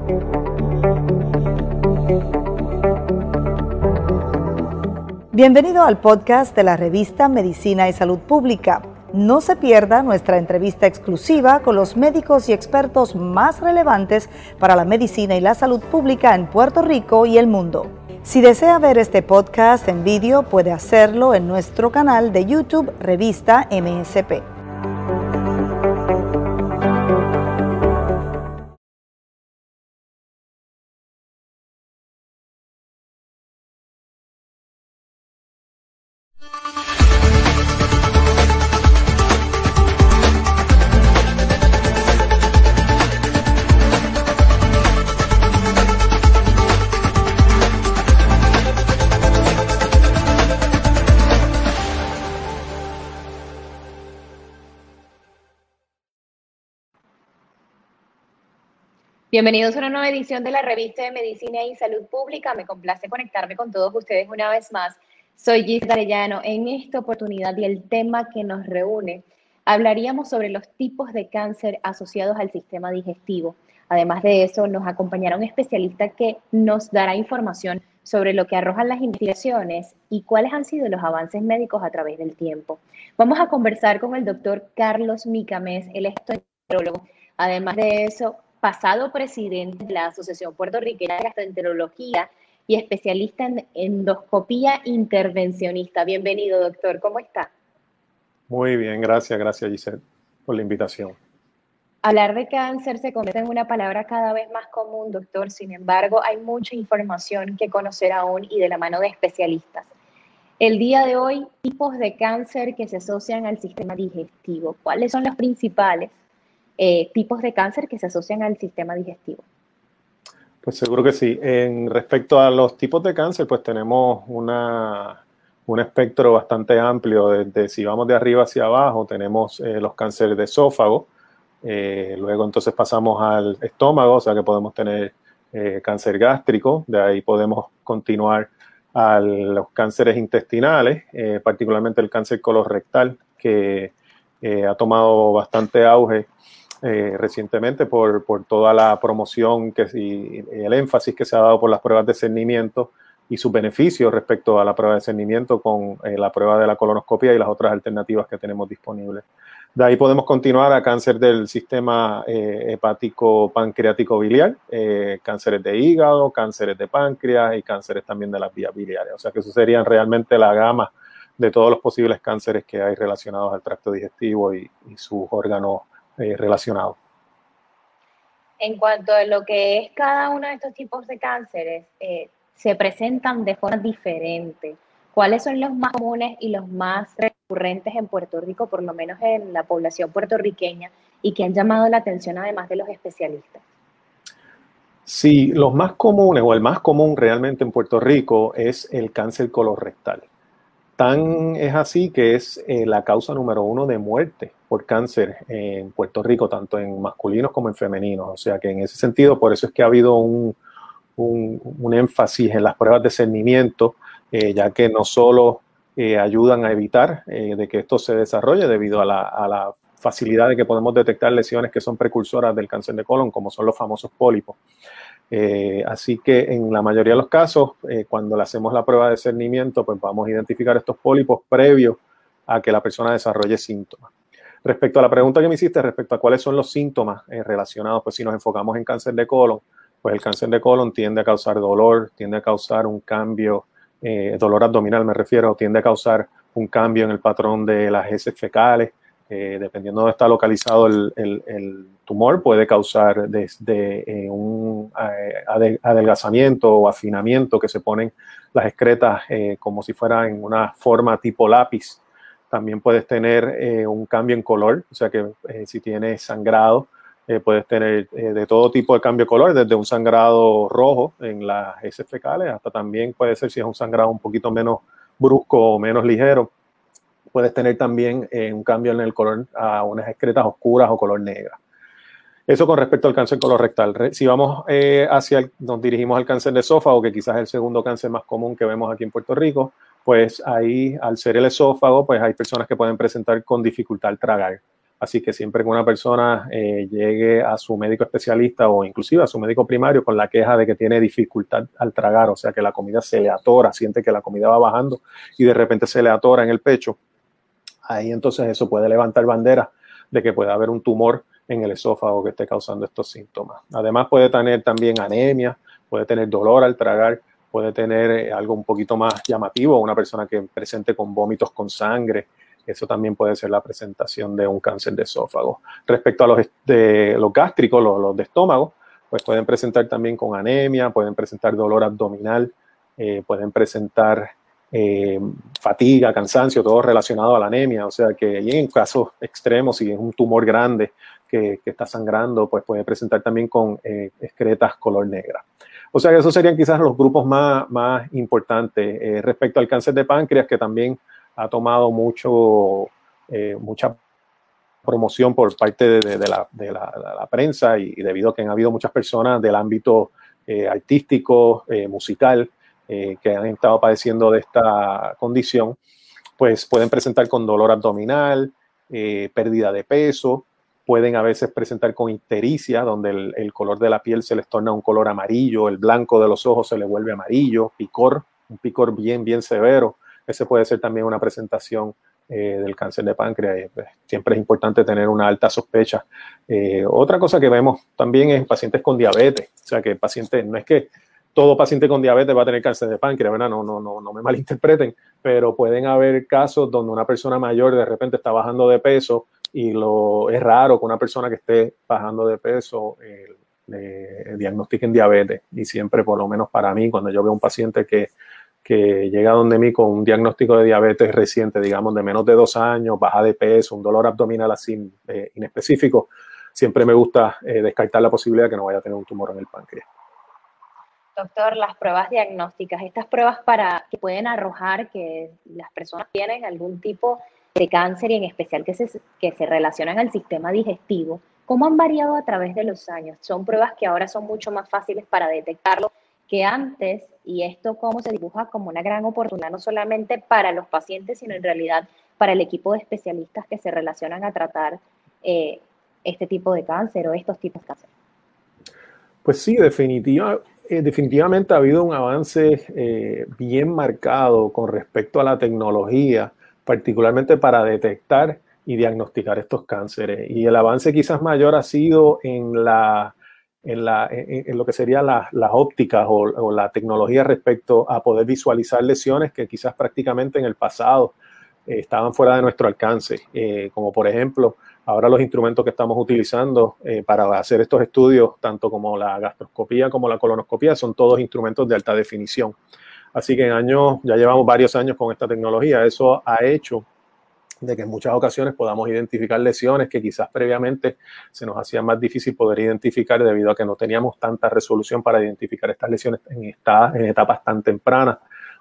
Bienvenido al podcast de la revista Medicina y Salud Pública. No se pierda nuestra entrevista exclusiva con los médicos y expertos más relevantes para la medicina y la salud pública en Puerto Rico y el mundo. Si desea ver este podcast en vídeo, puede hacerlo en nuestro canal de YouTube Revista MSP. Bienvenidos a una nueva edición de la revista de Medicina y Salud Pública. Me complace conectarme con todos ustedes una vez más. Soy Gis Arellano. En esta oportunidad y el tema que nos reúne, hablaríamos sobre los tipos de cáncer asociados al sistema digestivo. Además de eso, nos acompañará un especialista que nos dará información sobre lo que arrojan las investigaciones y cuáles han sido los avances médicos a través del tiempo. Vamos a conversar con el doctor Carlos Micamés, él es gastroenterólogo. Además de eso, pasado presidente de la Asociación Puertorriqueña de Gastroenterología y especialista en endoscopía intervencionista. Bienvenido, doctor. ¿Cómo está? Muy bien, gracias Giselle, por la invitación. Hablar de cáncer se convierte en una palabra cada vez más común, doctor. Sin embargo, hay mucha información que conocer aún y de la mano de especialistas. El día de hoy, tipos de cáncer que se asocian al sistema digestivo. ¿Cuáles son los principales tipos de cáncer que se asocian al sistema digestivo? Pues seguro que sí. En respecto a los tipos de cáncer, pues tenemos un espectro bastante amplio. Desde si vamos de arriba hacia abajo, tenemos los cánceres de esófago. Luego entonces pasamos al estómago, o sea que podemos tener cáncer gástrico. De ahí podemos continuar a los cánceres intestinales, particularmente el cáncer colorectal, que ha tomado bastante auge recientemente por toda la promoción y el énfasis que se ha dado por las pruebas de cernimiento y sus beneficios respecto a la prueba de cernimiento con la prueba de la colonoscopia y las otras alternativas que tenemos disponibles. De ahí podemos continuar a cáncer del sistema hepático pancreático biliar, cánceres de hígado, cánceres de páncreas y cánceres también de las vías biliares. O sea que eso serían realmente la gama de todos los posibles cánceres que hay relacionados al tracto digestivo y sus órganos relacionados. En cuanto a lo que es cada uno de estos tipos de cánceres, se presentan de forma diferente. ¿Cuáles son los más comunes y los más recurrentes en Puerto Rico, por lo menos en la población puertorriqueña, y que han llamado la atención además de los especialistas? Sí, los más comunes o el más común realmente en Puerto Rico es el cáncer colorectal. Tan es así que es la causa número 1 de muerte por cáncer en Puerto Rico, tanto en masculinos como en femeninos. O sea que en ese sentido, por eso es que ha habido un énfasis en las pruebas de cernimiento, ya que no solo ayudan a evitar de que esto se desarrolle debido a la facilidad de que podemos detectar lesiones que son precursoras del cáncer de colon, como son los famosos pólipos. Así que en la mayoría de los casos, cuando le hacemos la prueba de cernimiento, pues vamos a identificar estos pólipos previos a que la persona desarrolle síntomas. Respecto a la pregunta que me hiciste, respecto a cuáles son los síntomas relacionados, pues si nos enfocamos en cáncer de colon, pues el cáncer de colon tiende a causar dolor, tiende a causar un cambio, dolor abdominal me refiero, tiende a causar un cambio en el patrón de las heces fecales. Dependiendo de dónde está localizado el tumor, puede causar desde un adelgazamiento o afinamiento, que se ponen las excretas como si fuera en una forma tipo lápiz. También puedes tener un cambio en color, o sea que si tienes sangrado, puedes tener de todo tipo de cambio de color, desde un sangrado rojo en las heces fecales, hasta también puede ser si es un sangrado un poquito menos brusco o menos ligero. Puedes tener también un cambio en el color a unas excretas oscuras o color negra. Eso con respecto al cáncer colorectal. Si vamos nos dirigimos al cáncer de esófago, que quizás es el segundo cáncer más común que vemos aquí en Puerto Rico, pues ahí, al ser el esófago, pues hay personas que pueden presentar con dificultad al tragar. Así que siempre que una persona llegue a su médico especialista o inclusive a su médico primario con la queja de que tiene dificultad al tragar, o sea que la comida se le atora, siente que la comida va bajando y de repente se le atora en el pecho, ahí entonces eso puede levantar bandera de que puede haber un tumor en el esófago que esté causando estos síntomas. Además puede tener también anemia, puede tener dolor al tragar, puede tener algo un poquito más llamativo, una persona que presente con vómitos con sangre. Eso también puede ser la presentación de un cáncer de esófago. Respecto a los gástricos, los de estómago, pues pueden presentar también con anemia, pueden presentar dolor abdominal, pueden presentar fatiga, cansancio, todo relacionado a la anemia. O sea que y en casos extremos, si es un tumor grande que está sangrando, pues puede presentar también con excretas color negra. O sea que esos serían quizás los grupos más importantes. Respecto al cáncer de páncreas, que también ha tomado mucha promoción por parte de la prensa y debido a que han habido muchas personas del ámbito artístico, musical, que han estado padeciendo de esta condición, pues pueden presentar con dolor abdominal, pérdida de peso, pueden a veces presentar con ictericia, donde el color de la piel se les torna un color amarillo, el blanco de los ojos se le vuelve amarillo, un picor bien severo. Ese puede ser también una presentación del cáncer de páncreas. Pues, siempre es importante tener una alta sospecha. Otra cosa que vemos también es pacientes con diabetes. O sea, que no es que todo paciente con diabetes va a tener cáncer de páncreas, ¿verdad? No me malinterpreten, pero pueden haber casos donde una persona mayor de repente está bajando de peso y es raro que una persona que esté bajando de peso le diagnostiquen diabetes. Y siempre, por lo menos para mí, cuando yo veo un paciente que llega donde mí con un diagnóstico de diabetes reciente, digamos de menos de 2 años, baja de peso, un dolor abdominal así inespecífico, siempre me gusta descartar la posibilidad de que no vaya a tener un tumor en el páncreas. Doctor, las pruebas diagnósticas, estas pruebas que pueden arrojar que las personas tienen algún tipo de cáncer y en especial que se relacionan al sistema digestivo, ¿cómo han variado a través de los años? Son pruebas que ahora son mucho más fáciles para detectarlo que antes, y esto cómo se dibuja como una gran oportunidad no solamente para los pacientes, sino en realidad para el equipo de especialistas que se relacionan a tratar este tipo de cáncer o estos tipos de cáncer. Pues sí, definitivamente ha habido un avance bien marcado con respecto a la tecnología, particularmente para detectar y diagnosticar estos cánceres. Y el avance quizás mayor ha sido en lo que serían las ópticas o la tecnología respecto a poder visualizar lesiones que quizás prácticamente en el pasado estaban fuera de nuestro alcance, como por ejemplo ahora los instrumentos que estamos utilizando para hacer estos estudios, tanto como la gastroscopía como la colonoscopía, son todos instrumentos de alta definición. Así que ya llevamos varios años con esta tecnología. Eso ha hecho de que en muchas ocasiones podamos identificar lesiones que quizás previamente se nos hacía más difícil poder identificar debido a que no teníamos tanta resolución para identificar estas lesiones en etapas tan tempranas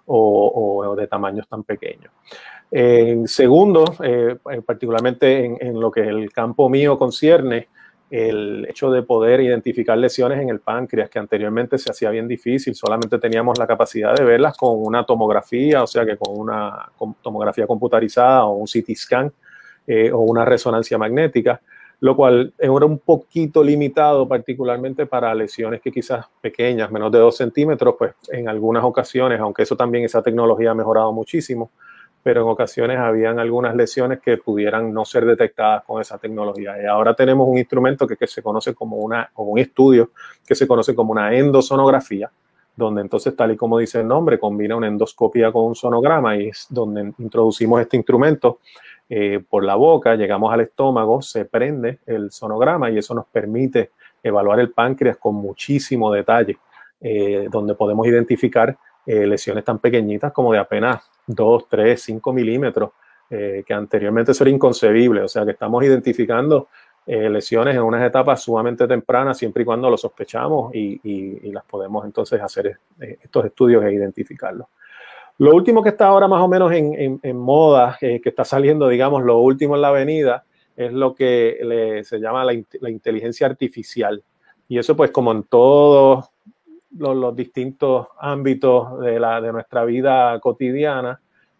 o de tamaños tan pequeños. Segundo, particularmente en lo que el campo mío concierne, el hecho de poder identificar lesiones en el páncreas, que anteriormente se hacía bien difícil, solamente teníamos la capacidad de verlas con una tomografía, o sea que con una tomografía computarizada o un CT scan o una resonancia magnética, lo cual era un poquito limitado, particularmente para lesiones que quizás pequeñas, menos de 2 centímetros, pues en algunas ocasiones, aunque eso también, esa tecnología ha mejorado muchísimo, pero en ocasiones habían algunas lesiones que pudieran no ser detectadas con esa tecnología. Y ahora tenemos un instrumento que se conoce como un estudio que se conoce como una endosonografía, donde entonces, tal y como dice el nombre, combina una endoscopía con un sonograma y es donde introducimos este instrumento por la boca, llegamos al estómago, se prende el sonograma y eso nos permite evaluar el páncreas con muchísimo detalle, donde podemos identificar lesiones tan pequeñitas como de apenas 2, 3, 5 milímetros, que anteriormente eso era inconcebible. O sea que estamos identificando lesiones en unas etapas sumamente tempranas, siempre y cuando lo sospechamos y las podemos entonces hacer estos estudios e identificarlos. Lo último que está ahora más o menos en moda, que está saliendo, digamos, lo último en la avenida, es lo que se llama la inteligencia artificial. Y eso pues como en todos los distintos ámbitos de nuestra vida cotidiana,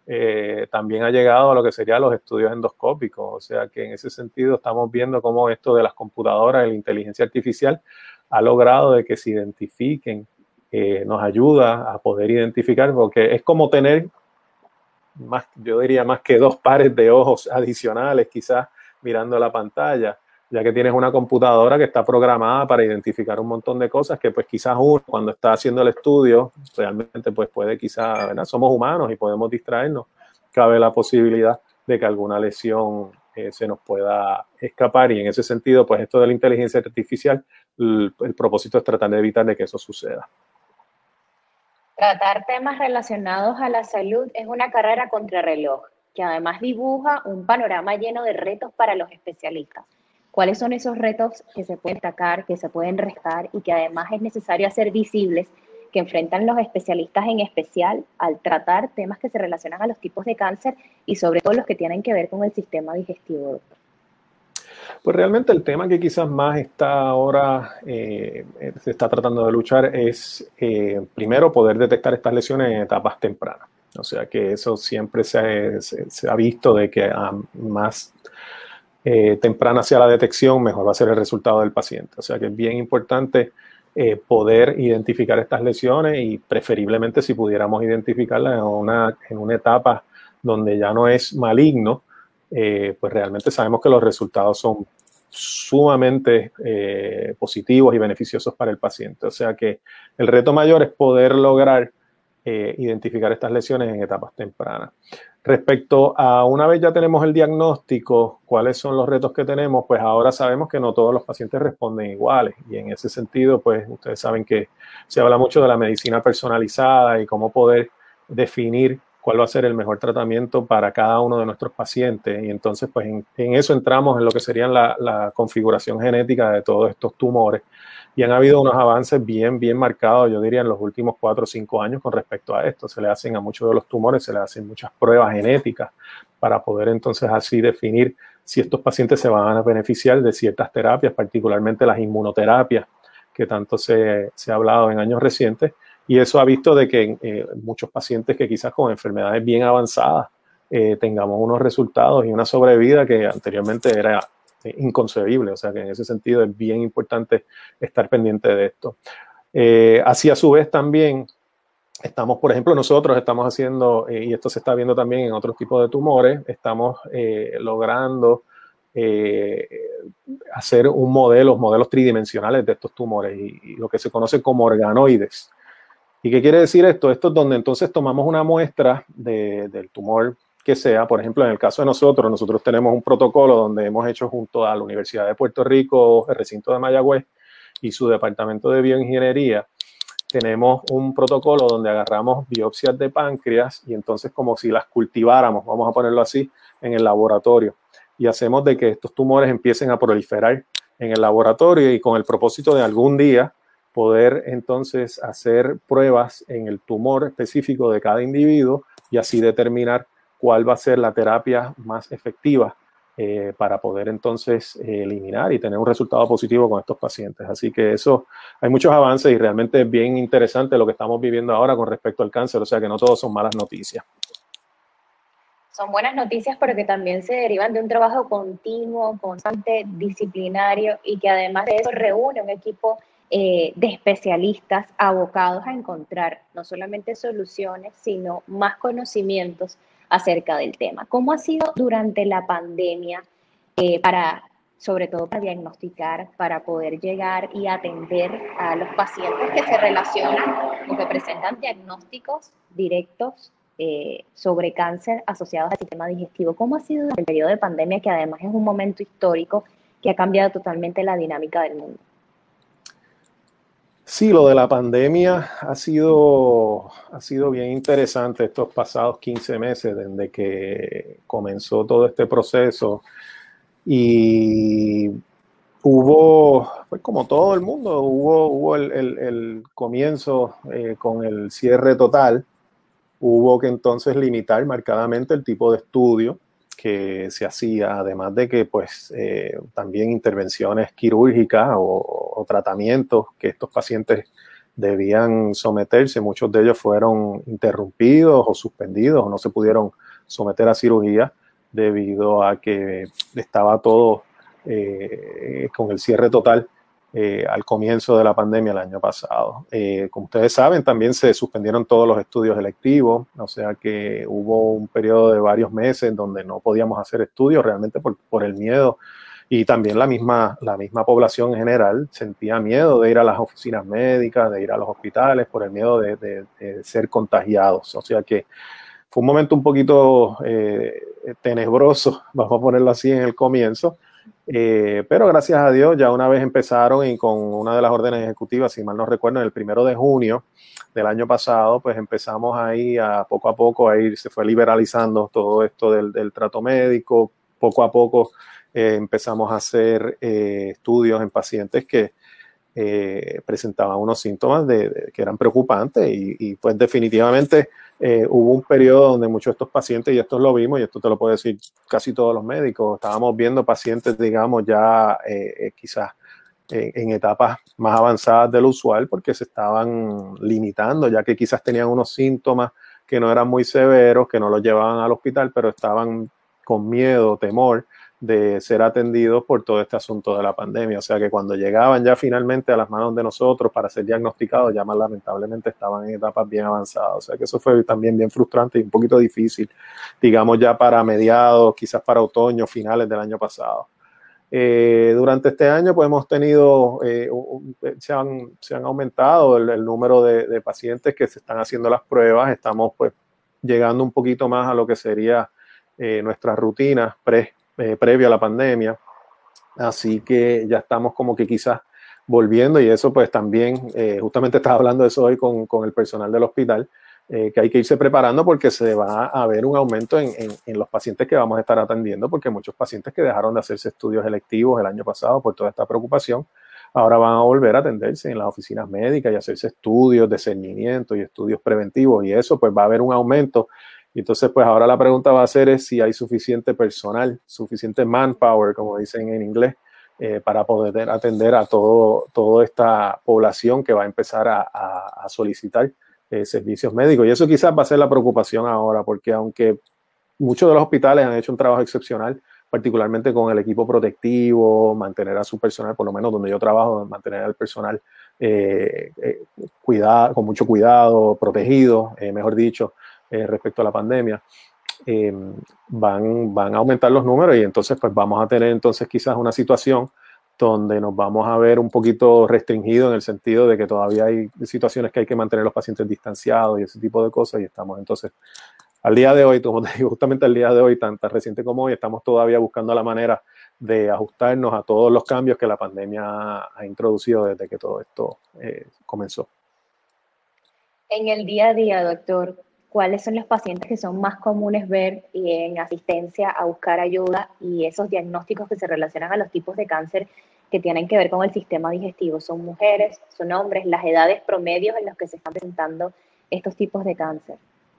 también ha llegado a lo que serían los estudios endoscópicos. O sea que en ese sentido estamos viendo cómo esto de las computadoras, de la inteligencia artificial, ha logrado de que se identifiquen, nos ayuda a poder identificar, porque es como tener más, yo diría más que 2 pares de ojos adicionales, quizás mirando la pantalla, ya que tienes una computadora que está programada para identificar un montón de cosas que pues quizás uno cuando está haciendo el estudio realmente pues puede quizás, ¿verdad? Somos humanos y podemos distraernos. Cabe la posibilidad de que alguna lesión se nos pueda escapar, y en ese sentido pues esto de la inteligencia artificial, el propósito es tratar de evitar de que eso suceda. Tratar temas relacionados a la salud es una carrera contrarreloj, que además dibuja un panorama lleno de retos para los especialistas. ¿Cuáles son esos retos que se pueden destacar, que se pueden restar y que además es necesario hacer visibles, que enfrentan los especialistas en especial al tratar temas que se relacionan a los tipos de cáncer y sobre todo los que tienen que ver con el sistema digestivo, doctor? Pues realmente el tema que quizás más está ahora, se está tratando de luchar es, primero, poder detectar estas lesiones en etapas tempranas. O sea que eso siempre se ha visto de que a más temprana sea la detección, mejor va a ser el resultado del paciente. O sea que es bien importante poder identificar estas lesiones y preferiblemente si pudiéramos identificarlas en una etapa donde ya no es maligno, pues realmente sabemos que los resultados son sumamente positivos y beneficiosos para el paciente. O sea que el reto mayor es poder lograr identificar estas lesiones en etapas tempranas. Respecto a una vez ya tenemos el diagnóstico, ¿cuáles son los retos que tenemos? Pues ahora sabemos que no todos los pacientes responden iguales, y en ese sentido, pues ustedes saben que se habla mucho de la medicina personalizada y cómo poder definir cuál va a ser el mejor tratamiento para cada uno de nuestros pacientes, y entonces pues en eso entramos en lo que serían la configuración genética de todos estos tumores, y han habido unos avances bien marcados, yo diría, en los últimos 4 o 5 años con respecto a esto. Se le hacen a muchos de los tumores, se le hacen muchas pruebas genéticas para poder entonces así definir si estos pacientes se van a beneficiar de ciertas terapias, particularmente las inmunoterapias, que tanto se ha hablado en años recientes. Y eso ha visto de que muchos pacientes que quizás con enfermedades bien avanzadas tengamos unos resultados y una sobrevida que anteriormente era inconcebible. O sea que en ese sentido es bien importante estar pendiente de esto. Así a su vez también estamos, por ejemplo, nosotros estamos haciendo, y esto se está viendo también en otros tipos de tumores, estamos logrando hacer modelos tridimensionales de estos tumores y lo que se conoce como organoides. ¿Y qué quiere decir esto? Esto es donde entonces tomamos una muestra del tumor que sea. Por ejemplo, en el caso de nosotros tenemos un protocolo donde hemos hecho junto a la Universidad de Puerto Rico, el recinto de Mayagüez y su departamento de bioingeniería, tenemos un protocolo donde agarramos biopsias de páncreas y entonces como si las cultiváramos, vamos a ponerlo así, en el laboratorio. Y hacemos de que estos tumores empiecen a proliferar en el laboratorio y con el propósito de algún día poder entonces hacer pruebas en el tumor específico de cada individuo y así determinar cuál va a ser la terapia más efectiva para poder entonces eliminar y tener un resultado positivo con estos pacientes. Así que eso, hay muchos avances y realmente es bien interesante lo que estamos viviendo ahora con respecto al cáncer, o sea que no todos son malas noticias. Son buenas noticias, pero que también se derivan de un trabajo continuo, constante, disciplinario y que además de eso reúne un equipo de especialistas abocados a encontrar no solamente soluciones, sino más conocimientos acerca del tema. ¿Cómo ha sido durante la pandemia sobre todo para diagnosticar, para poder llegar y atender a los pacientes que se relacionan o que presentan diagnósticos directos sobre cáncer asociados al sistema digestivo? ¿Cómo ha sido el periodo de pandemia, que además es un momento histórico que ha cambiado totalmente la dinámica del mundo? Sí, lo de la pandemia ha sido bien interesante estos pasados 15 meses desde que comenzó todo este proceso, y pues como todo el mundo, hubo el comienzo con el cierre total. Hubo que entonces limitar marcadamente el tipo de estudio que se hacía, además de que pues también intervenciones quirúrgicas o tratamientos que estos pacientes debían someterse. Muchos de ellos fueron interrumpidos o suspendidos o no se pudieron someter a cirugía debido a que estaba todo con el cierre total al comienzo de la pandemia el año pasado. Como ustedes saben, también se suspendieron todos los estudios electivos, o sea que hubo un periodo de varios meses donde no podíamos hacer estudios realmente por el miedo. Y también la misma población en general sentía miedo de ir a las oficinas médicas, de ir a los hospitales, por el miedo de ser contagiados. O sea que fue un momento un poquito tenebroso, vamos a ponerlo así, en el comienzo. Pero gracias a Dios, ya una vez empezaron y con una de las órdenes ejecutivas, si mal no recuerdo, el 1 de junio del año pasado, pues empezamos ahí a poco a ir, se fue liberalizando todo esto del trato médico. Poco a poco empezamos a hacer estudios en pacientes que presentaban unos síntomas que eran preocupantes y pues definitivamente hubo un periodo donde muchos de estos pacientes, y esto lo vimos, y esto te lo puedo decir casi todos los médicos, estábamos viendo pacientes, digamos, ya quizás en etapas más avanzadas del usual porque se estaban limitando, ya que quizás tenían unos síntomas que no eran muy severos, que no los llevaban al hospital, pero estaban con miedo, temor de ser atendidos por todo este asunto de la pandemia. O sea que cuando llegaban ya finalmente a las manos de nosotros para ser diagnosticados, ya más lamentablemente estaban en etapas bien avanzadas. O sea que eso fue también bien frustrante y un poquito difícil, digamos ya para mediados, quizás para otoño, finales del año pasado. Durante este año pues hemos tenido, se han aumentado el número de pacientes que se están haciendo las pruebas. Estamos pues llegando un poquito más a lo que sería nuestras rutinas previo a la pandemia, así que ya estamos como que quizás volviendo, y eso pues también, justamente estaba hablando de eso hoy con el personal del hospital, que hay que irse preparando porque se va a ver un aumento en los pacientes que vamos a estar atendiendo, porque muchos pacientes que dejaron de hacerse estudios electivos el año pasado por toda esta preocupación, ahora van a volver a atenderse en las oficinas médicas y hacerse estudios de cernimiento y estudios preventivos, y eso pues va a haber un aumento. Y entonces, pues ahora la pregunta va a ser es si hay suficiente personal, suficiente manpower, como dicen en inglés, para poder atender a toda esta población que va a empezar a solicitar servicios médicos. Y eso quizás va a ser la preocupación ahora, porque aunque muchos de los hospitales han hecho un trabajo excepcional, particularmente con el equipo protectivo, mantener a su personal, por lo menos donde yo trabajo, mantener al personal con mucho cuidado, protegido, mejor dicho, respecto a la pandemia, van a aumentar los números, y entonces pues vamos a tener entonces quizás una situación donde nos vamos a ver un poquito restringidos en el sentido de que todavía hay situaciones que hay que mantener los pacientes distanciados y ese tipo de cosas, y estamos entonces al día de hoy, como te digo, justamente al día de hoy, tan reciente como hoy, estamos todavía buscando la manera de ajustarnos a todos los cambios que la pandemia ha introducido desde que todo esto comenzó. En el día a día, doctor, ¿cuáles son los pacientes que son más comunes ver en asistencia a buscar ayuda y esos diagnósticos que se relacionan a los tipos de cáncer que tienen que ver con el sistema digestivo? ¿Son mujeres, son hombres? ¿Las edades promedios en las que se están presentando estos tipos de cáncer?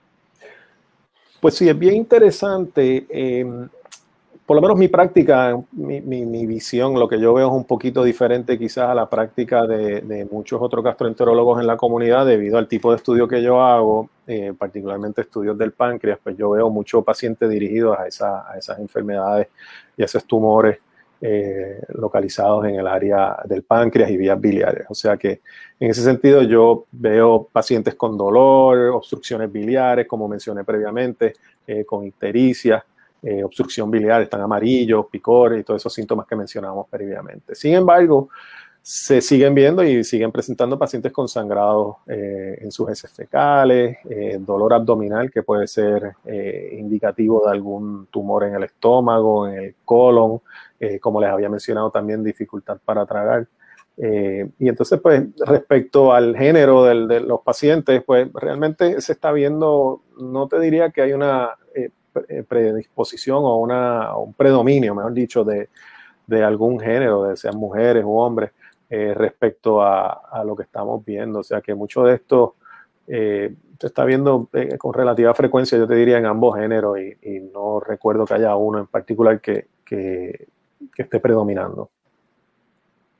Pues sí, es bien interesante. Por lo menos mi práctica, mi visión, lo que yo veo es un poquito diferente quizás a la práctica de muchos otros gastroenterólogos en la comunidad, debido al tipo de estudio que yo hago, particularmente estudios del páncreas. Pues yo veo muchos pacientes dirigidos a esas enfermedades y a esos tumores localizados en el área del páncreas y vías biliares. O sea que en ese sentido yo veo pacientes con dolor, obstrucciones biliares, como mencioné previamente, con ictericia, obstrucción biliar, están amarillos, picores y todos esos síntomas que mencionábamos previamente. Sin embargo, se siguen viendo y siguen presentando pacientes con sangrado en sus heces fecales, dolor abdominal que puede ser indicativo de algún tumor en el estómago, en el colon, como les había mencionado también, dificultad para tragar. Y entonces, pues, respecto al género de los pacientes, pues, realmente se está viendo, no te diría que hay una predisposición o un predominio, mejor dicho, de algún género, de sean mujeres u hombres, respecto a lo que estamos viendo. O sea que mucho de esto se está viendo con relativa frecuencia, yo te diría, en ambos géneros, y no recuerdo que haya uno en particular que esté predominando.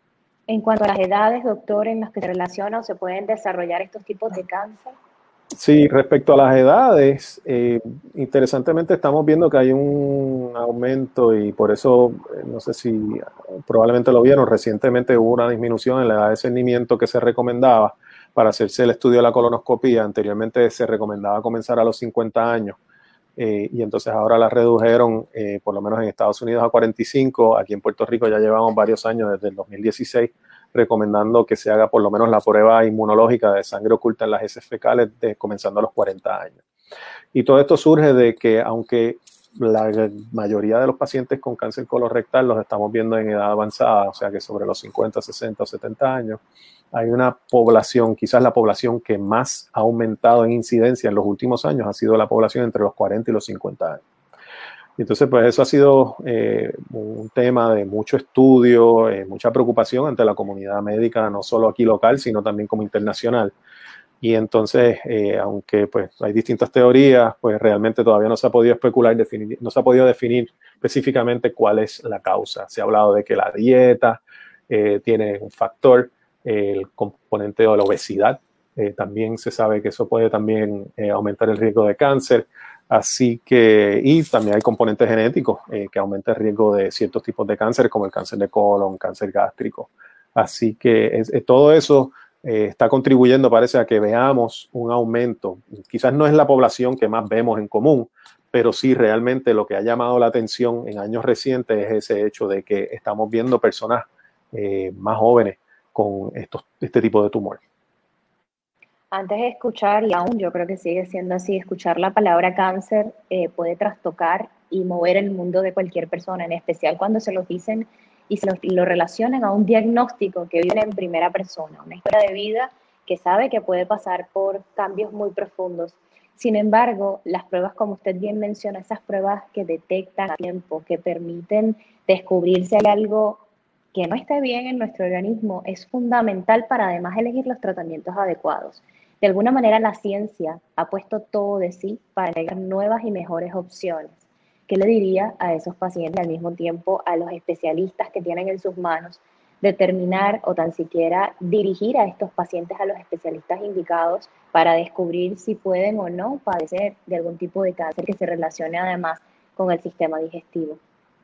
En cuanto a las edades, doctor, en las que se relacionan o se pueden desarrollar estos tipos de cáncer. Sí, respecto a las edades, interesantemente estamos viendo que hay un aumento y por eso, no sé si probablemente lo vieron, recientemente hubo una disminución en la edad de cernimiento que se recomendaba para hacerse el estudio de la colonoscopía. Anteriormente se recomendaba comenzar a los 50 años y entonces ahora la redujeron, por lo menos en Estados Unidos, a 45. Aquí en Puerto Rico ya llevamos varios años, desde el 2016, recomendando que se haga por lo menos la prueba inmunológica de sangre oculta en las heces fecales comenzando a los 40 años. Y todo esto surge de que, aunque la mayoría de los pacientes con cáncer colorectal los estamos viendo en edad avanzada, o sea que sobre los 50, 60 o 70 años, hay una población, quizás la población que más ha aumentado en incidencia en los últimos años ha sido la población entre los 40 y los 50 años. Entonces, pues eso ha sido un tema de mucho estudio, mucha preocupación ante la comunidad médica, no solo aquí local, sino también como internacional. Y entonces, aunque pues hay distintas teorías, pues realmente todavía no se ha podido especular, no se ha podido definir específicamente cuál es la causa. Se ha hablado de que la dieta tiene un factor, el componente de la obesidad, también se sabe que eso puede también aumentar el riesgo de cáncer. Así que, y también hay componentes genéticos que aumentan el riesgo de ciertos tipos de cáncer, como el cáncer de colon, cáncer gástrico. Así que todo eso está contribuyendo, parece, a que veamos un aumento. Quizás no es la población que más vemos en común, pero sí realmente lo que ha llamado la atención en años recientes es ese hecho de que estamos viendo personas más jóvenes con este tipo de tumor. Antes de escuchar, y aún yo creo que sigue siendo así, escuchar la palabra cáncer puede trastocar y mover el mundo de cualquier persona, en especial cuando se los dicen y lo relacionan a un diagnóstico que viven en primera persona, una historia de vida que sabe que puede pasar por cambios muy profundos. Sin embargo, las pruebas, como usted bien menciona, esas pruebas que detectan a tiempo, que permiten descubrir si hay algo que no esté bien en nuestro organismo, es fundamental para además elegir los tratamientos adecuados. De alguna manera la ciencia ha puesto todo de sí para elegir nuevas y mejores opciones. ¿Qué le diría a esos pacientes, al mismo tiempo a los especialistas que tienen en sus manos, determinar o tan siquiera dirigir a estos pacientes a los especialistas indicados para descubrir si pueden o no padecer de algún tipo de cáncer que se relacione además con el sistema digestivo?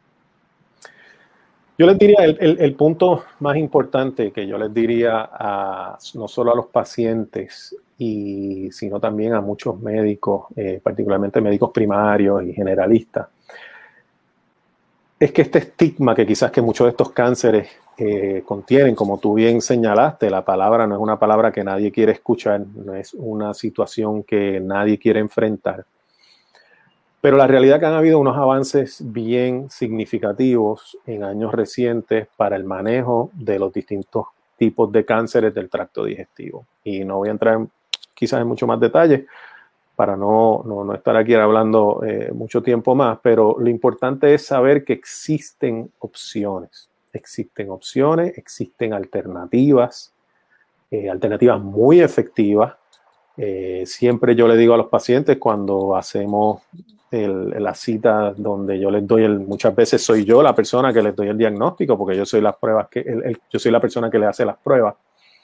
Yo les diría, el punto más importante que yo les diría no solo a los pacientes, sino también a muchos médicos, particularmente médicos primarios y generalistas, es que este estigma que quizás que muchos de estos cánceres contienen, como tú bien señalaste, la palabra no es una palabra que nadie quiere escuchar, no es una situación que nadie quiere enfrentar. Pero la realidad es que han habido unos avances bien significativos en años recientes para el manejo de los distintos tipos de cánceres del tracto digestivo. Y no voy a entrar quizás en mucho más detalle para no estar aquí hablando mucho tiempo más, pero lo importante es saber que existen opciones. Existen alternativas, alternativas muy efectivas. Siempre yo le digo a los pacientes cuando hacemos la cita donde yo les doy muchas veces soy yo la persona que les doy el diagnóstico porque yo soy las pruebas yo soy la persona que le hace las pruebas.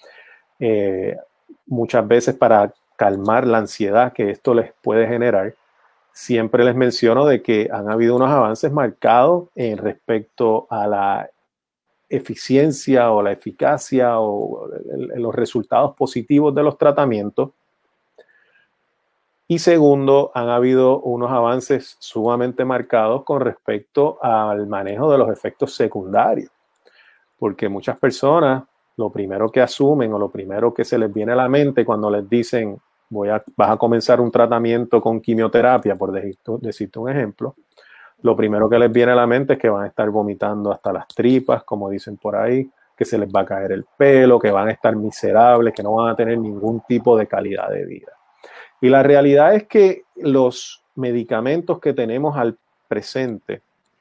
Muchas veces para calmar la ansiedad que esto les puede generar, siempre les menciono de que han habido unos avances marcados en respecto a la eficiencia o la eficacia o los resultados positivos de los tratamientos. Y segundo, han habido unos avances sumamente marcados con respecto al manejo de los efectos secundarios. Porque muchas personas, lo primero que asumen o lo primero que se les viene a la mente cuando les dicen vas a comenzar un tratamiento con quimioterapia, por decirte un ejemplo, lo primero que les viene a la mente es que van a estar vomitando hasta las tripas, como dicen por ahí, que se les va a caer el pelo, que van a estar miserables, que no van a tener ningún tipo de calidad de vida. Y la realidad es que los medicamentos que tenemos al presente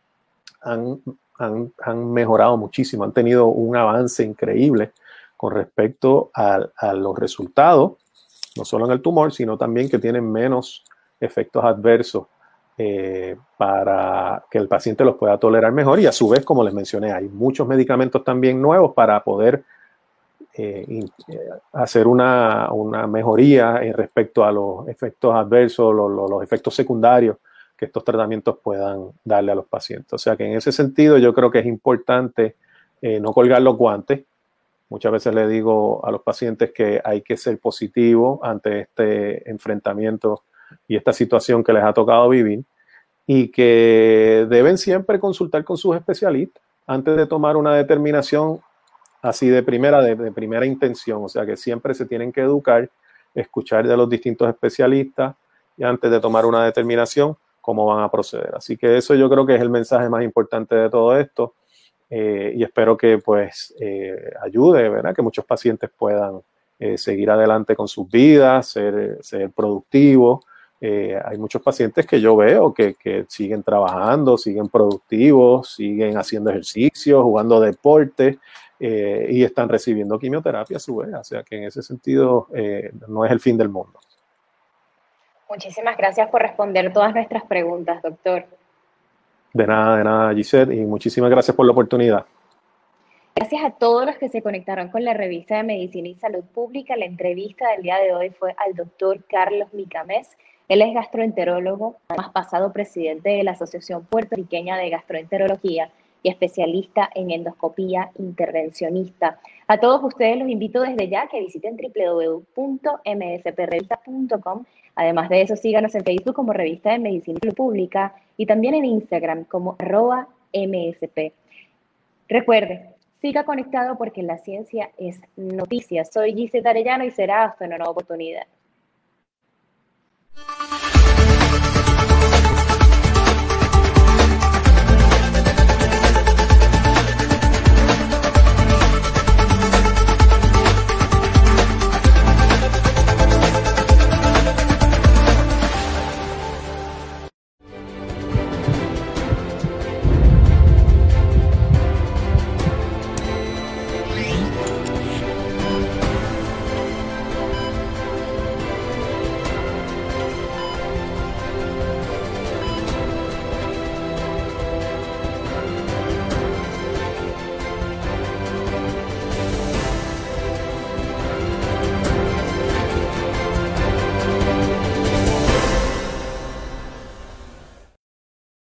han mejorado muchísimo, han tenido un avance increíble con respecto a los resultados, no solo en el tumor, sino también que tienen menos efectos adversos para que el paciente los pueda tolerar mejor. Y a su vez, como les mencioné, hay muchos medicamentos también nuevos para poder hacer una mejoría respecto a los efectos adversos, los efectos secundarios que estos tratamientos puedan darle a los pacientes. O sea que en ese sentido yo creo que es importante no colgar los guantes. Muchas veces le digo a los pacientes que hay que ser positivo ante este enfrentamiento y esta situación que les ha tocado vivir, y que deben siempre consultar con sus especialistas antes de tomar una determinación así de primera intención. O sea que siempre se tienen que educar, escuchar de los distintos especialistas y antes de tomar una determinación cómo van a proceder. Así que eso yo creo que es el mensaje más importante de todo esto, y espero que pues ayude, ¿verdad? Que muchos pacientes puedan seguir adelante con sus vidas, ser productivos. Hay muchos pacientes que yo veo que siguen trabajando, siguen productivos, siguen haciendo ejercicio, jugando deporte, y están recibiendo quimioterapia a su vez. O sea que en ese sentido no es el fin del mundo. Muchísimas gracias por responder todas nuestras preguntas, doctor. De nada, Gisette, y muchísimas gracias por la oportunidad. Gracias a todos los que se conectaron con la revista de Medicina y Salud Pública. La entrevista del día de hoy fue al doctor Carlos Micamés. Él es gastroenterólogo, además pasado presidente de la Asociación Puertorriqueña de Gastroenterología y especialista en endoscopía intervencionista. A todos ustedes los invito desde ya que visiten www.msprevista.com. Además de eso, síganos en Facebook como Revista de Medicina y Salud Pública y también en Instagram como @MSP. Recuerde, siga conectado porque la ciencia es noticia. Soy Gisette Arellano y será hasta una nueva oportunidad.